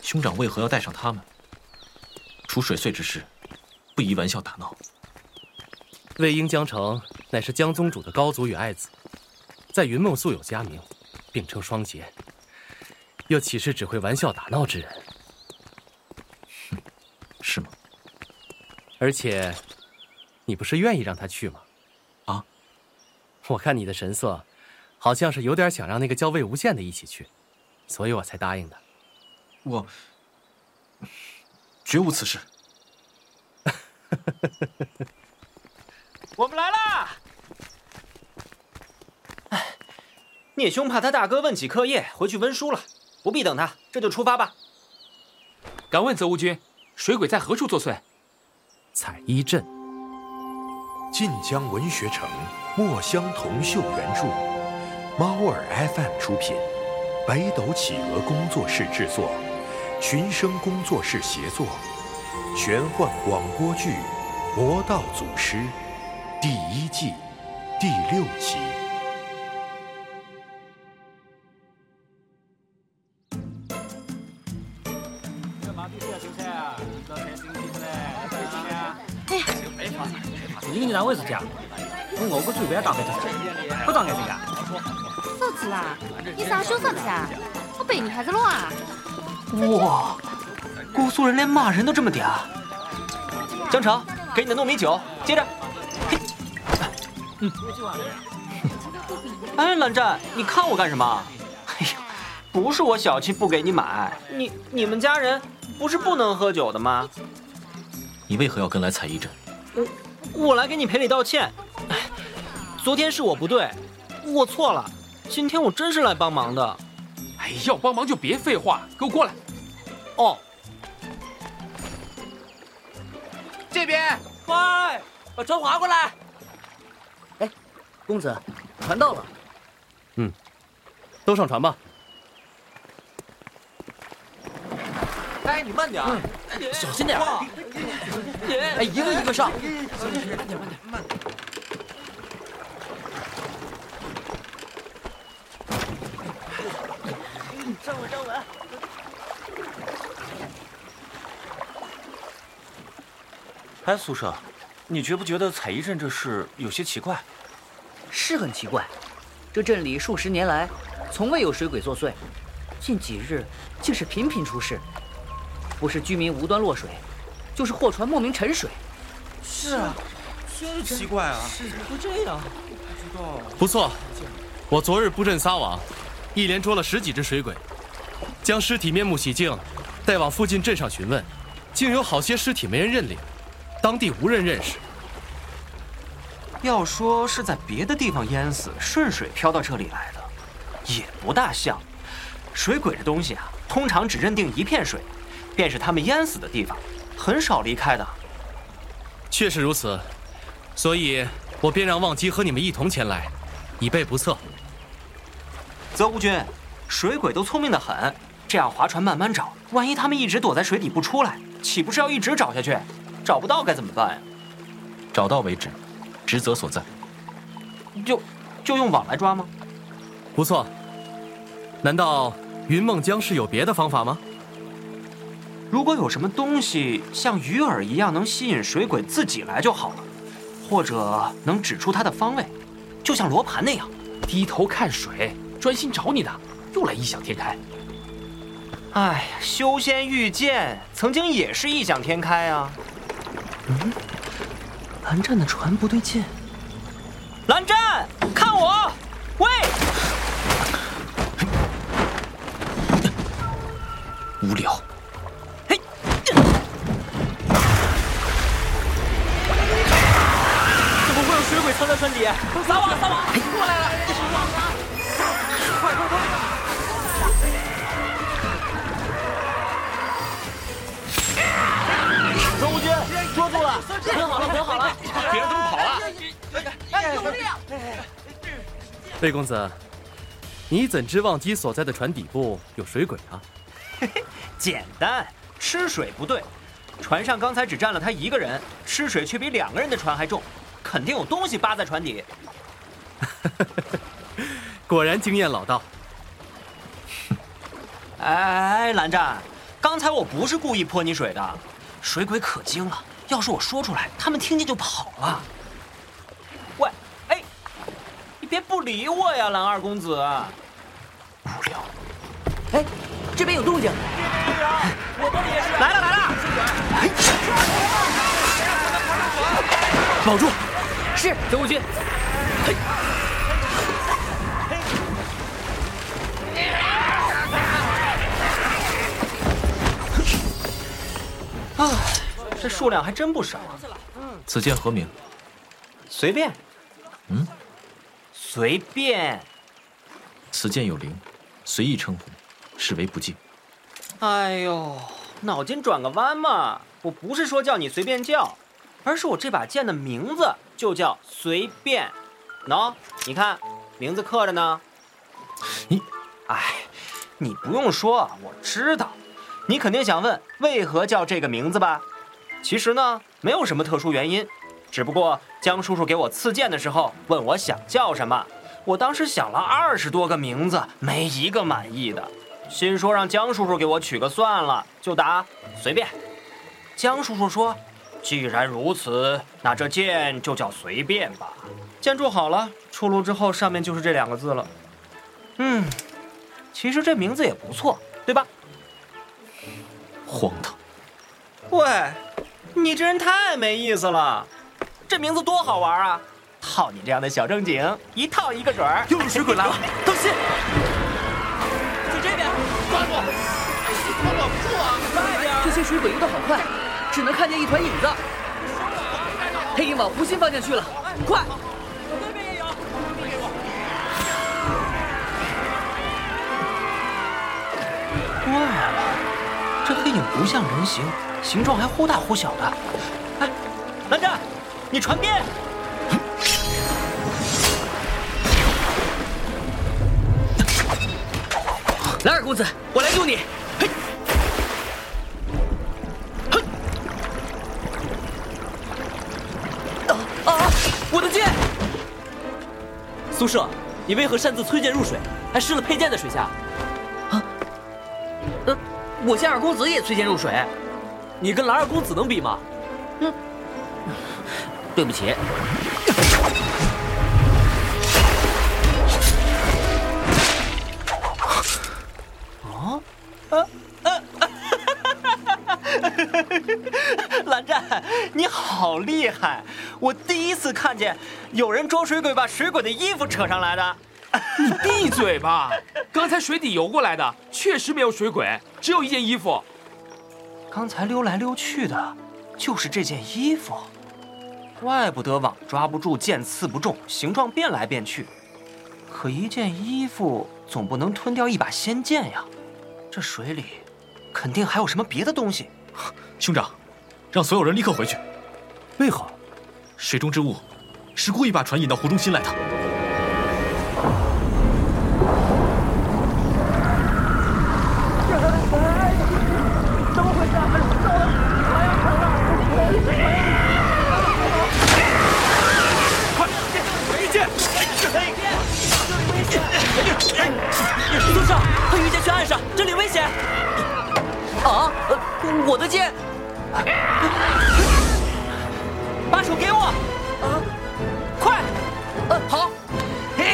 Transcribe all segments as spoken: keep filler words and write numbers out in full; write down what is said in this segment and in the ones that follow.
兄长为何要带上他们？除水隧之事，不宜玩笑打闹。 魏婴江城乃是江宗主的高祖与爱子，在云梦素有佳名，并称双杰，又岂是只会玩笑打闹之人？ 哼，是吗？ 而且，你不是愿意让他去吗？ 啊？ 我看你的神色，好像是有点想让那个叫魏无羡的一起去，所以我才答应的。 我绝无此事。 我们来啦！哎，聂兄怕他大哥问起课业，回去温书了，不必等他，这就出发吧。 敢问泽无君，水鬼在何处作祟？ 采衣镇。 晋江文学城墨香铜臭原著，猫耳 F M 出品，北斗企鹅工作室制作，群生工作室协作，玄幻广播剧《魔道祖师》第一季第六集。 你你单位是这样，我饿过嘴不要打白头菜，不当爱这个。 嫂子啦，你啥凶啥子啊？我背你还是弄啊？ 哇，姑苏人连骂人都这么嗲。江城，给你的糯米酒，接着。嗯。哎，蓝湛，你看我干什么？哎呀，不是我小气不给你买，你你们家人不是不能喝酒的吗？ 你为何要跟来采衣镇？ 我我来给你赔礼道歉。哎，昨天是我不对，我错了。今天我真是来帮忙的。 哎，要帮忙就别废话，给我过来。 哦。 这边， 快，把船划过来。 哎，公子，船到了。 嗯，都上船吧。 哎，你慢点，嗯、小心点。哎，一个一个上。慢点，慢点，慢点。站稳，站稳。 哎，苏舍，你觉不觉得采衣镇这事有些奇怪？ 是很奇怪，这镇里数十年来从未有水鬼作祟，近几日竟是频频出事，不是居民无端落水，就是货船莫名沉水。 是啊，真是奇怪啊！是会这样？不知道。 不错，我昨日布阵撒网，一连捉了十几只水鬼，将尸体面目洗净，带往附近镇上询问，竟有好些尸体没人认领，当地无人认识。 要说是在别的地方淹死，顺水漂到这里来的，也不大像。水鬼这东西啊，通常只认定一片水，便是他们淹死的地方，很少离开的。 确实如此，所以我便让望基和你们一同前来，以备不测。 泽无君，水鬼都聪明得很，这样划船慢慢找，万一他们一直躲在水底不出来，岂不是要一直找下去？找不到该怎么办呀？ 找到为止，职责所在。 就就用网来抓吗？ 不错。难道云梦江是有别的方法吗？ 如果有什么东西像鱼饵一样能吸引水鬼自己来就好了，或者能指出它的方位，就像罗盘那样。 低头看水，专心找你的，又来异想天开。 哎呀，修仙遇剑曾经也是异想天开啊。嗯，蓝湛的船不对劲。蓝湛，看我！喂！ 无聊。 嘿！怎么会有水鬼藏在船底？撒网，撒网！过来了！快快快！周无君，捉住了！捆好了，捆好了！ 别人都跑了！ 哎，有力量！ 魏公子，你怎知望基所在的船底部有水鬼啊？ 嘿嘿，简单，吃水不对。船上刚才只站了他一个人，吃水却比两个人的船还重，肯定有东西扒在船底。 果然经验老道。 哎，蓝湛， 刚才我不是故意泼你水的，水鬼可精了，要是我说出来，他们听见就跑了。喂，哎，你别不理我呀，蓝二公子。无聊。 哎，这边有动静。 我这里也是。来了来了！ 保住！ 是，总务军。嘿。 啊，这数量还真不少。 此剑何名？ 随便。 嗯， 随便。 此剑有灵，随意称呼，视为不敬。 哎呦，脑筋转个弯嘛！我不是说叫你随便叫，而是我这把剑的名字就叫随便。喏，你看，名字刻着呢。 你， 哎，你不用说，我知道。你肯定想问为何叫这个名字吧？其实呢，没有什么特殊原因，只不过江叔叔给我赐剑的时候问我想叫什么，我当时想了二十多个名字，没一个满意的，心说让江叔叔给我取个算了，就答随便。江叔叔说，既然如此，那这剑就叫随便吧。剑铸好了，出炉之后上面就是这两个字了。嗯，其实这名字也不错，对吧？ 荒唐！ 喂，你这人太没意思了。这名字多好玩啊！套你这样的小正经，一套一个准儿。 又是水鬼来了，当心！ 在这边， 抓住！他稳不住啊！ 快点！这些水鬼游得好快，只能看见一团影子。黑影往湖心方向去了，快！ 那边也有，你给我。 怪了。这黑影不像人形，形状还忽大忽小的。哎，蓝湛，你传鞭！ 蓝二公子，我来救你！嘿，哼！啊啊！我的剑！ 苏舍，你为何擅自推剑入水，还失了佩剑在水下？ 啊？呃。我向二公子也推剑入水， 你跟蓝二公子能比吗？ 嗯，对不起。 哦，啊啊！蓝湛，你好厉害！我第一次看见有人捉水鬼把水鬼的衣服扯上来的。 你闭嘴吧！刚才水底游过来的，确实没有水鬼，只有一件衣服。 刚才溜来溜去的，就是这件衣服。怪不得网抓不住，剑刺不中，形状变来变去。可一件衣服总不能吞掉一把仙剑呀！这水里肯定还有什么别的东西。 兄长，让所有人立刻回去。 为何？ 水中之物是故意把船引到湖中心来的。 怎么回事？糟了，船要沉了！ 快，御剑！苏少，快御剑去岸上，这里危险！ 啊，我的剑！ 把手给我！ 啊， 快！ 呃，好。嘿，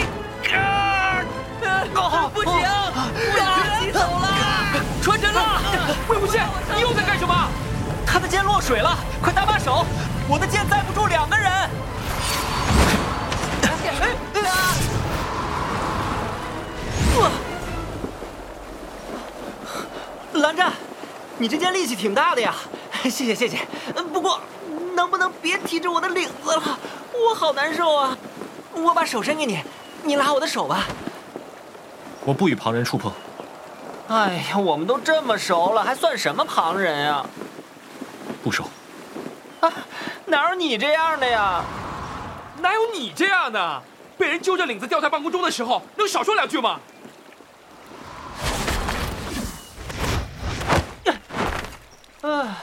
啊，不行，我要急走了。船沉了！ 魏无羡，你又在干什么？ 他的剑落水了，快搭把手！我的剑载不住两个人。蓝湛，你这剑力气挺大的呀，谢谢谢谢。不过，能不能别提着我的领子了？我好难受啊！我把手伸给你，你拉我的手吧。 我不与旁人触碰。 哎呀，我们都这么熟了，还算什么旁人啊？ 不熟。 啊，哪有你这样的呀？ 哪有你这样的？被人揪着领子吊在半空中的时候，能少说两句吗？ 啊！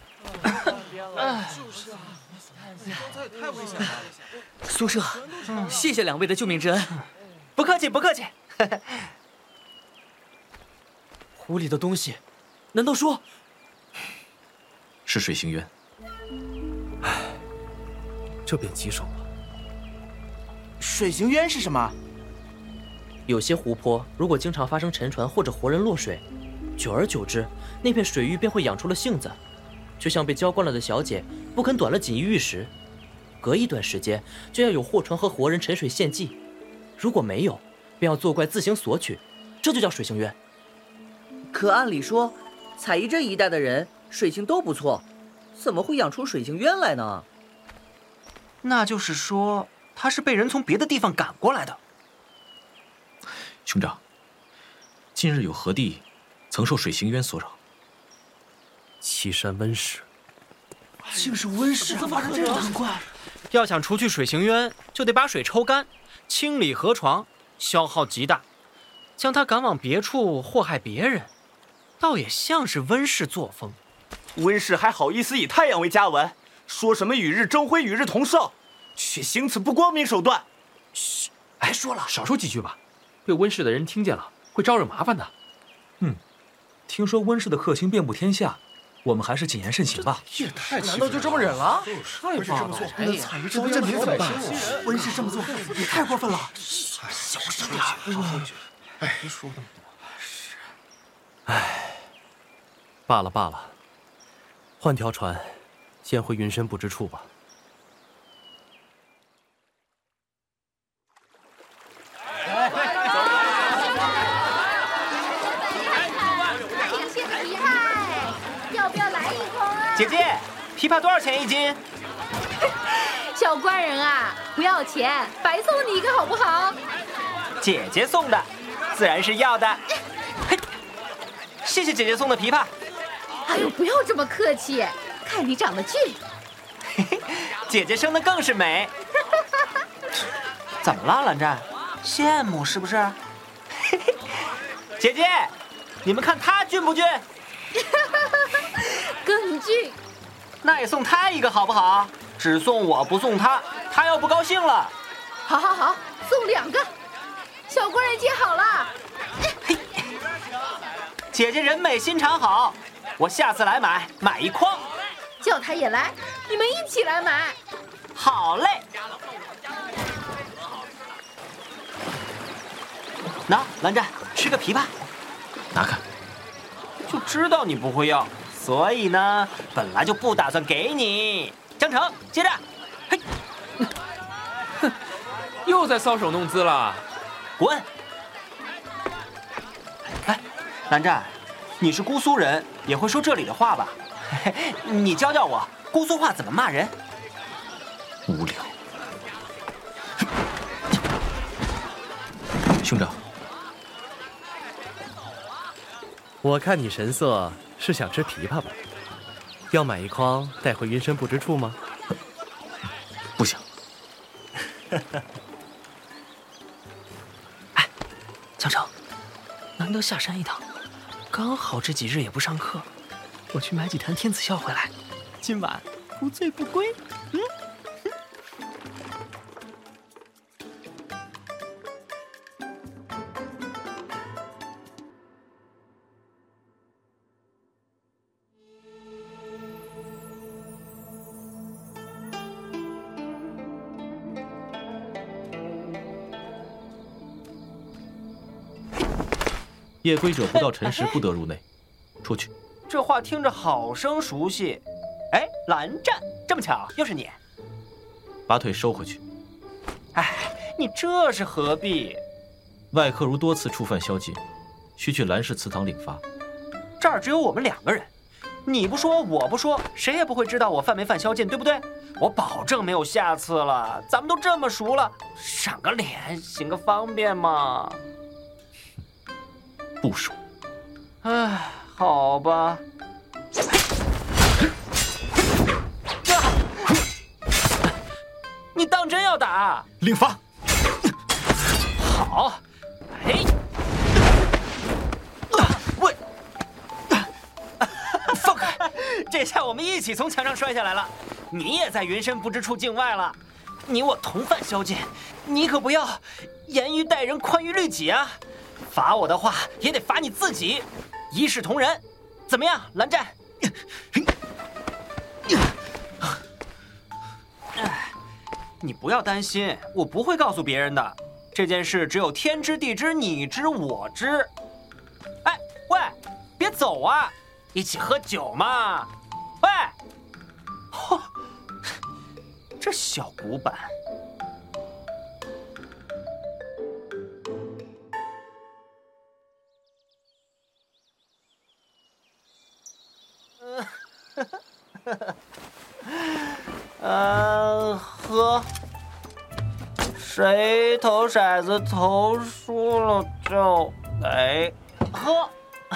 就是啊，刚才也太危险了。 苏舍，谢谢两位的救命之恩。 不客气，不客气。 湖里的东西难道说是水行渊？ 唉，这便棘手了。 水行渊是什么？ 有些湖泊如果经常发生沉船或者活人落水，久而久之，那片水域便会养出了性子，就像被浇灌了的小姐不肯短了锦衣玉食，隔一段时间就要有货船和活人沉水献祭，如果没有，便要作怪自行索取，这就叫水行渊。 可按理说，采邑这一带的人水性都不错，怎么会养出水行渊来呢？ 那就是说，他是被人从别的地方赶过来的。 兄长，近日有何地曾受水行渊所扰？ 岐山温氏。 竟是温氏，怎么发生这种难怪？ 要想除去水行渊，就得把水抽干，清理河床，消耗极大。将它赶往别处祸害别人，倒也像是温氏作风。 温氏还好意思以太阳为家纹，说什么与日争辉、与日同寿，却行此不光明手段。 嘘， 别说了， 少说几句吧，被温氏的人听见了会招惹麻烦的。 嗯，听说温氏的克星遍布天下，我们还是谨言慎行吧。 也太难道就这么忍了？ 太棒了！那采邑这镇民怎么办？温氏这么做也太过分了。小声点。 哎，别说那么多。是。哎，罢了罢了，换条船，先回云深不知处吧。 要不要来一筐啊？ 姐姐，枇杷多少钱一斤？ 小官人啊，不要钱，白送你一个好不好？ 姐姐送的，自然是要的。嘿，谢谢姐姐送的枇杷。 哎呦，不要这么客气，看你长得俊。 嘿嘿，姐姐生的更是美。怎么了，蓝湛？羡慕是不是？嘿嘿，姐姐，你们看她俊不俊？ 更俊。 那也送她一个好不好？只送我不送她，她要不高兴了。 好好好，送两个。小官人接好了。 嘿，姐姐人美心肠好，我下次来买，买一筐。 叫她也来，你们一起来买。 好嘞。那蓝湛，吃个枇杷。 拿开。 就知道你不会要，所以呢，本来就不打算给你。江城，接着。嘿， 哼，又在搔首弄姿了。 滚！哎，蓝湛，你是姑苏人，也会说这里的话吧？嘿嘿，你教教我，姑苏话怎么骂人？ 无聊。兄长， 我看你神色是想吃枇杷吧？要买一筐带回云深不知处吗？ 不想。 哎，江城，难得下山一趟，刚好这几日也不上课，我去买几坛天子笑回来，今晚不醉不归。嗯。 夜归者不到辰时不得入内，出去。 这话听着好生熟悉。哎，蓝湛，这么巧，又是你。 把腿收回去。 哎，你这是何必？ 外客如多次触犯宵禁，需去蓝氏祠堂领罚。 这儿只有我们两个人，你不说，我不说，谁也不会知道我犯没犯宵禁，对不对？我保证没有下次了。咱们都这么熟了，赏个脸，行个方便嘛。 不熟。 唉，好吧。你当真要打？ 领罚。 好。哎。喂。放开！这下我们一起从墙上摔下来了。你也在云深不知处境外了。你我同犯宵禁，你可不要严于待人，宽于律己啊！罚我的话，也得罚你自己，一视同仁。 怎么样，蓝湛？哎，你不要担心，我不会告诉别人的。这件事只有天知地知，你知我知。哎，喂，别走啊，一起喝酒嘛。喂，嚯，这小古板。呃，喝。谁投骰子投输了就得喝。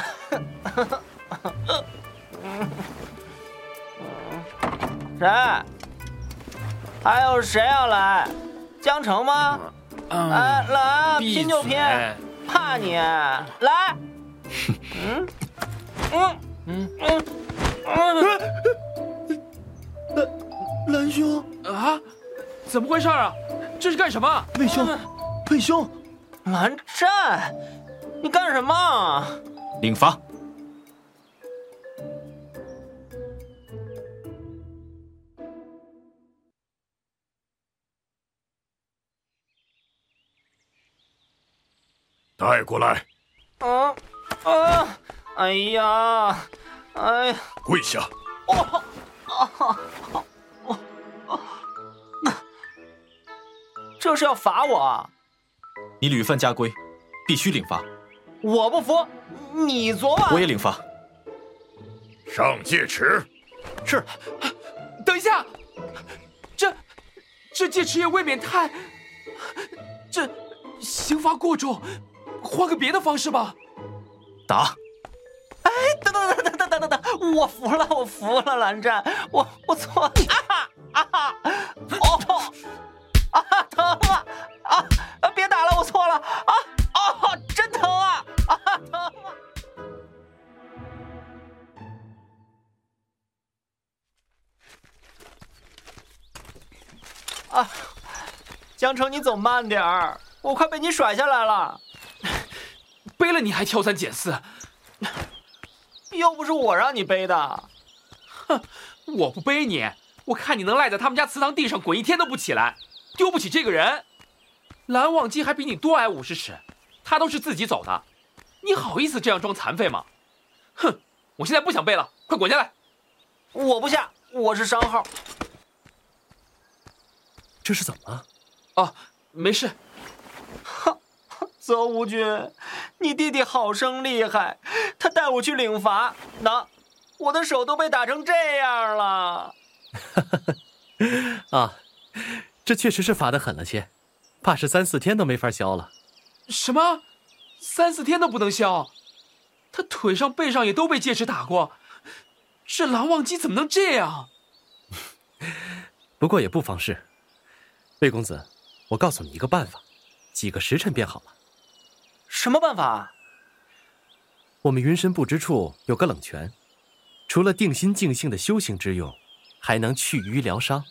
谁？还有谁要来？江城吗？ 嗯、 哎，来啊，拼就拼， 嘴怕你？来。嗯嗯嗯嗯嗯。 蓝兄啊，怎么回事啊？这是干什么？ 魏兄，魏兄， 蓝湛，你干什么？ 领罚。 带过来。 啊啊！哎呀，哎呀！ 跪下。 哦啊！这是要罚我？ 你屡犯家规，必须领罚。 我不服！你昨晚我也领罚。 上戒尺。 是。 等一下，这这戒尺也未免太……这刑罚过重，换个别的方式吧。 打！ 哎，等等等等等等等，我服了，我服了，蓝湛，我我错了啊啊！哦啊，疼啊啊！别打了，我错了啊啊！真疼啊啊！疼啊！啊，江城，你走慢点儿，我快被你甩下来了。 背了你还挑三拣四， 又不是我让你背的。 哼，我不背你，我看你能赖在他们家祠堂地上滚一天都不起来，丢不起这个人。蓝忘机还比你多矮五十尺，他都是自己走的，你好意思这样装残废吗？哼，我现在不想背了，快滚下来。 我不下，我是商号。 这是怎么了？ 哦，没事。 哈，泽无君，你弟弟好生厉害，他带我去领罚，那我的手都被打成这样了。 啊，这确实是罚得狠了些，怕是三四天都没法消了。 什么？三四天都不能消？他腿上背上也都被戒尺打过，这蓝忘机怎么能这样？ 不过也不妨事。魏公子，我告诉你一个办法，几个时辰便好了。 什么办法？ 我们云神部之处有个冷泉，除了定心静性的修行之用，还能去瘀疗伤。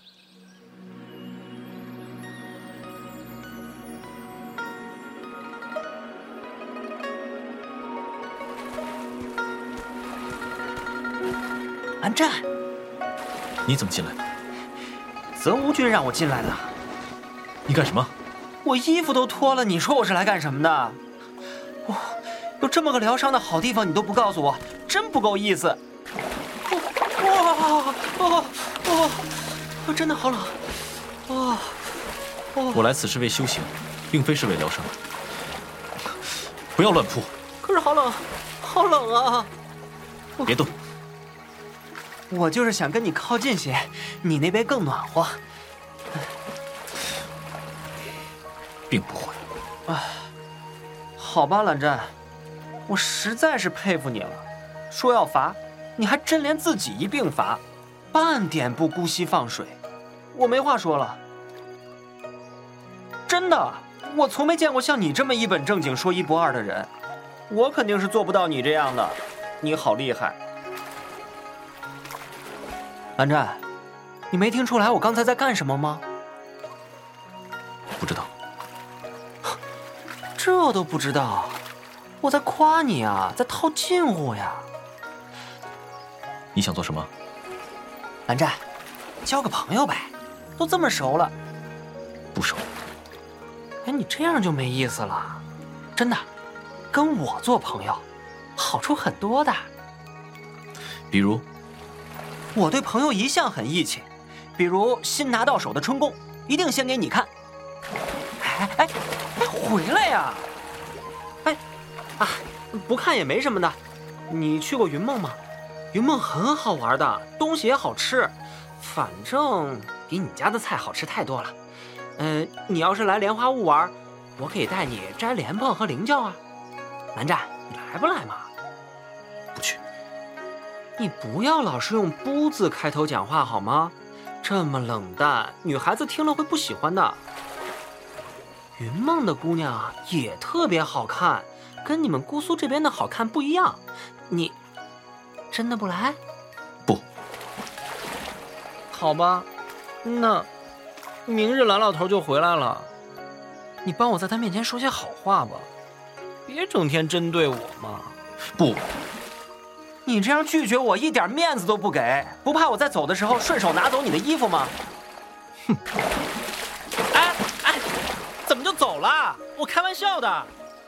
蓝湛， 你怎么进来？ 泽无君让我进来的。 你干什么？ 我衣服都脱了，你说我是来干什么的？哇，有这么个疗伤的好地方你都不告诉我，真不够意思。哇哇哇哇！真的好冷。哇哇！ 我来此是为修行，并非是为疗伤。不要乱扑。 可是好冷，好冷啊！ 别动。 我就是想跟你靠近些，你那边更暖和。 并不会。 唉，好吧，蓝湛，我实在是佩服你了。说要罚，你还真连自己一并罚，半点不姑息放水。我没话说了。真的，我从没见过像你这么一本正经、说一不二的人。我肯定是做不到你这样的。你好厉害，蓝湛，你没听出来我刚才在干什么吗？ 不知道。 这都不知道，我在夸你啊，在套近乎呀。 你想做什么？ 蓝湛，交个朋友呗，都这么熟了。 不熟。 哎，你这样就没意思了。真的，跟我做朋友，好处很多的。 比如， 我对朋友一向很义气，比如新拿到手的春宫，一定先给你看。哎哎哎，回来呀！哎，啊，不看也没什么的。你去过云梦吗？云梦很好玩的，东西也好吃，反正比你家的菜好吃太多了。嗯、呃，你要是来莲花坞玩，我可以带你摘莲蓬和菱角啊。蓝湛，你来不来嘛？ 不去。 你不要老是用不字开头讲话好吗？这么冷淡，女孩子听了会不喜欢的。云梦的姑娘也特别好看，跟你们姑苏这边的好看不一样。你真的不来？ 不。 好吧，那明日蓝老头就回来了，你帮我在他面前说些好话吧，别整天针对我嘛。 不。 你这样拒绝我，一点面子都不给，不怕我在走的时候顺手拿走你的衣服吗？哼！哎哎，怎么就走了？我开玩笑的。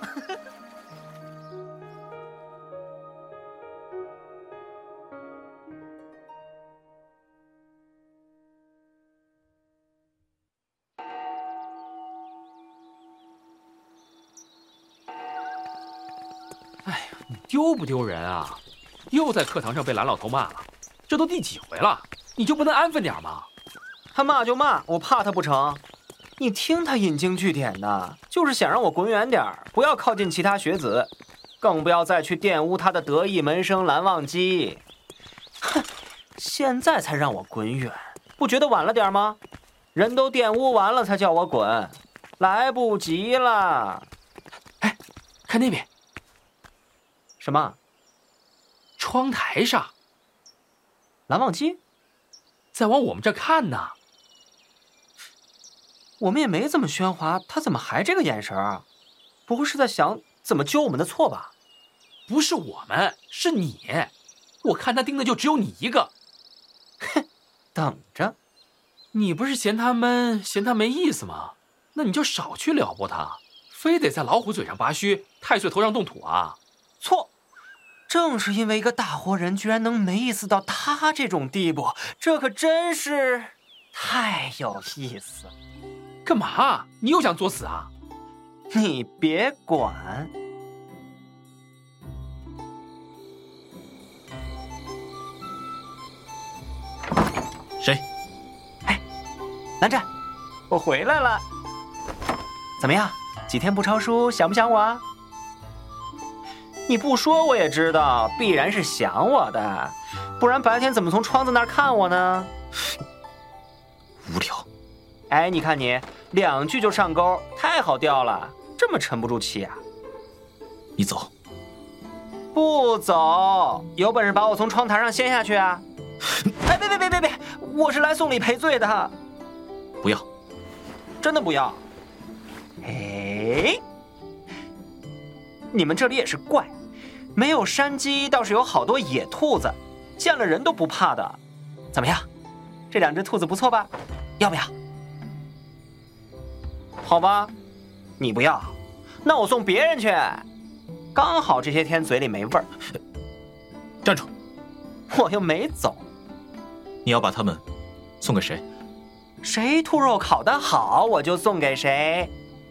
哎呀，你丢不丢人啊？又在课堂上被蓝老头骂了，这都第几回了？你就不能安分点吗？ 他骂就骂，我怕他不成？你听他引经据典的，就是想让我滚远点，不要靠近其他学子，更不要再去玷污他的得意门生蓝忘机。哼，现在才让我滚远，不觉得晚了点吗？人都玷污完了才叫我滚，来不及了。 哎，看那边。 什么？ 窗台上， 蓝忘机在往我们这看呢。 我们也没怎么喧哗，他怎么还这个眼神啊？不会是在想怎么纠我们的错吧？ 不是我们，是你。我看他盯的就只有你一个。 哼，等着。 你不是嫌他闷，嫌他没意思吗？那你就少去撩拨他，非得在老虎嘴上拔须，太岁头上动土啊？ 错。正是因为一个大活人居然能没意思到他这种地步，这可真是太有意思了。 干嘛？你又想作死啊？ 你别管。 谁？ 哎，蓝湛，我回来了。怎么样？几天不抄书，想不想我啊？你不说我也知道，必然是想我的，不然白天怎么从窗子那儿看我呢？ 无聊。 哎，你看你两句就上钩，太好钓了，这么沉不住气啊？ 你走。 不走，有本事把我从窗台上掀下去啊！哎，别别别别别，我是来送礼赔罪的。 不要。 真的不要。哎。你们这里也是怪，没有山鸡，倒是有好多野兔子，见了人都不怕的。怎么样，这两只兔子不错吧？要不要？好吧，你不要，那我送别人去。刚好这些天嘴里没味儿。 站住！ 我又没走。 你要把它们送给谁？ 谁兔肉烤得好，我就送给谁。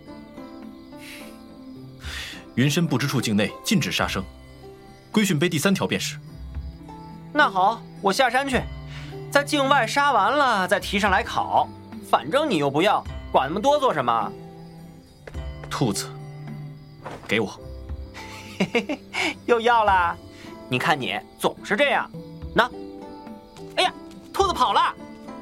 云深不知处境内禁止杀生，规训碑第三条便是。 那好，我下山去，在境外杀完了再提上来烤，反正你又不要，管那么多做什么？ 兔子，给我。 嘿嘿嘿，又要啦？你看你总是这样。那，哎呀，兔子跑了。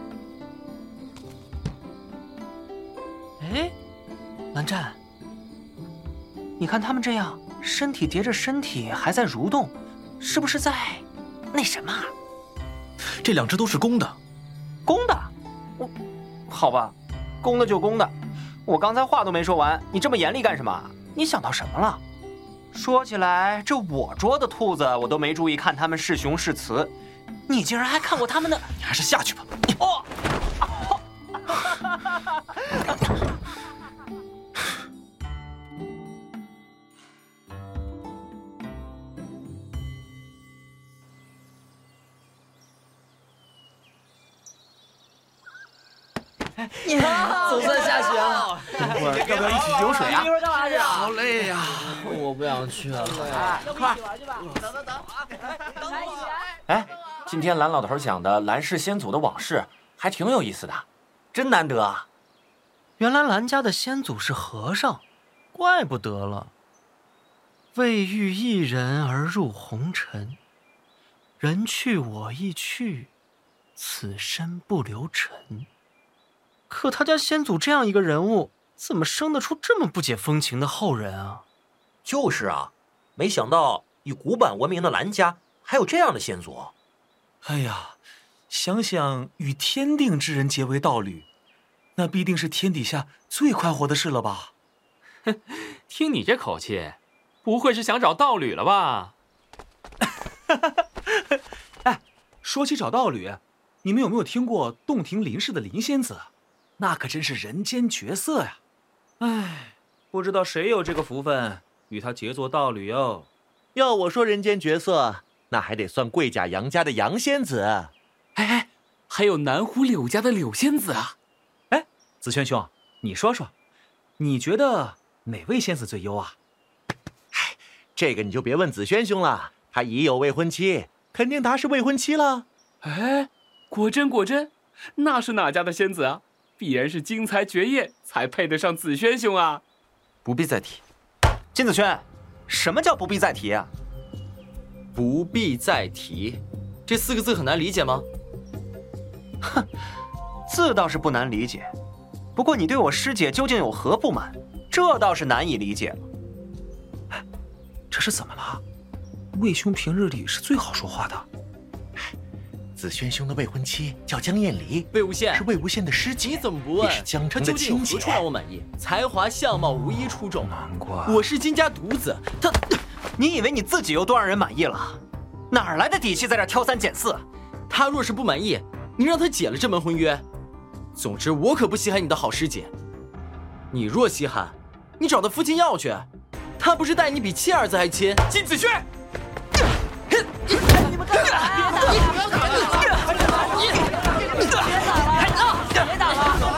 哎，蓝湛。你看他们这样，身体叠着身体还在蠕动，是不是在那什么？ 这两只都是公的。 公的？我，好吧，公的就公的。我刚才话都没说完，你这么严厉干什么？你想到什么了？说起来，这我捉的兔子我都没注意看它们是雄是雌， 你竟然还看过他们的？ 你还是下去吧。 哦。 总算下雪了。 等会儿要不要一起去游水啊？ 一会儿干嘛去啊？ 好累呀！ 我不想去了。 要不一起玩去吧？等等等，等我！哎，今天蓝老头讲的蓝氏先祖的往事还挺有意思的，真难得啊！ 原来蓝家的先祖是和尚，怪不得了。为遇一人而入红尘，人去我亦去，此身不留尘。可他家先祖这样一个人物，怎么生得出这么不解风情的后人啊？ 就是啊，没想到以古板闻名的蓝家还有这样的先祖。 哎呀，想想与天定之人结为道侣，那必定是天底下最快活的事了吧？ 哼，听你这口气，不会是想找道侣了吧？ 哎，说起找道侣，你们有没有听过洞庭林氏的林仙子？那可真是人间绝色呀！哎，不知道谁有这个福分与他结作道侣哟。 要我说人间绝色，那还得算贵甲杨家的杨仙子。 哎哎，还有南湖柳家的柳仙子啊！ 哎，子轩兄，你说说，你觉得哪位仙子最优啊？ 哎，这个你就别问子轩兄了，他已有未婚妻，肯定他是未婚妻了。 哎，果真果真，那是哪家的仙子啊？必然是惊才绝艳，才配得上子轩兄啊！ 不必再提。金子轩，什么叫不必再提啊？ 不必再提，这四个字很难理解吗？ 哼，字倒是不难理解，不过你对我师姐究竟有何不满，这倒是难以理解了。 哎，这是怎么了？魏兄平日里是最好说话的。 子轩兄的未婚妻叫江艳离， 魏无羡是魏无羡的师姐， 你怎么不问？ 也是江城的亲姐。 他究竟有何处让我满意？才华、相貌无一出众。 难怪我是金家独子，他， 你以为你自己又多让人满意了？哪儿来的底气在这挑三拣四？ 他若是不满意，你让他解了这门婚约。总之，我可不稀罕你的好师姐。你若稀罕，你找他父亲要去，他不是待你比亲儿子还亲？ 金子轩， 你们干啥呀？不要打了！别打了！别打了！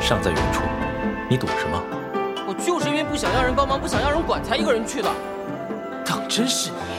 尚在远处，你躲什么？ 我就是因为不想让人帮忙，不想让人管，才一个人去的。 当真是你！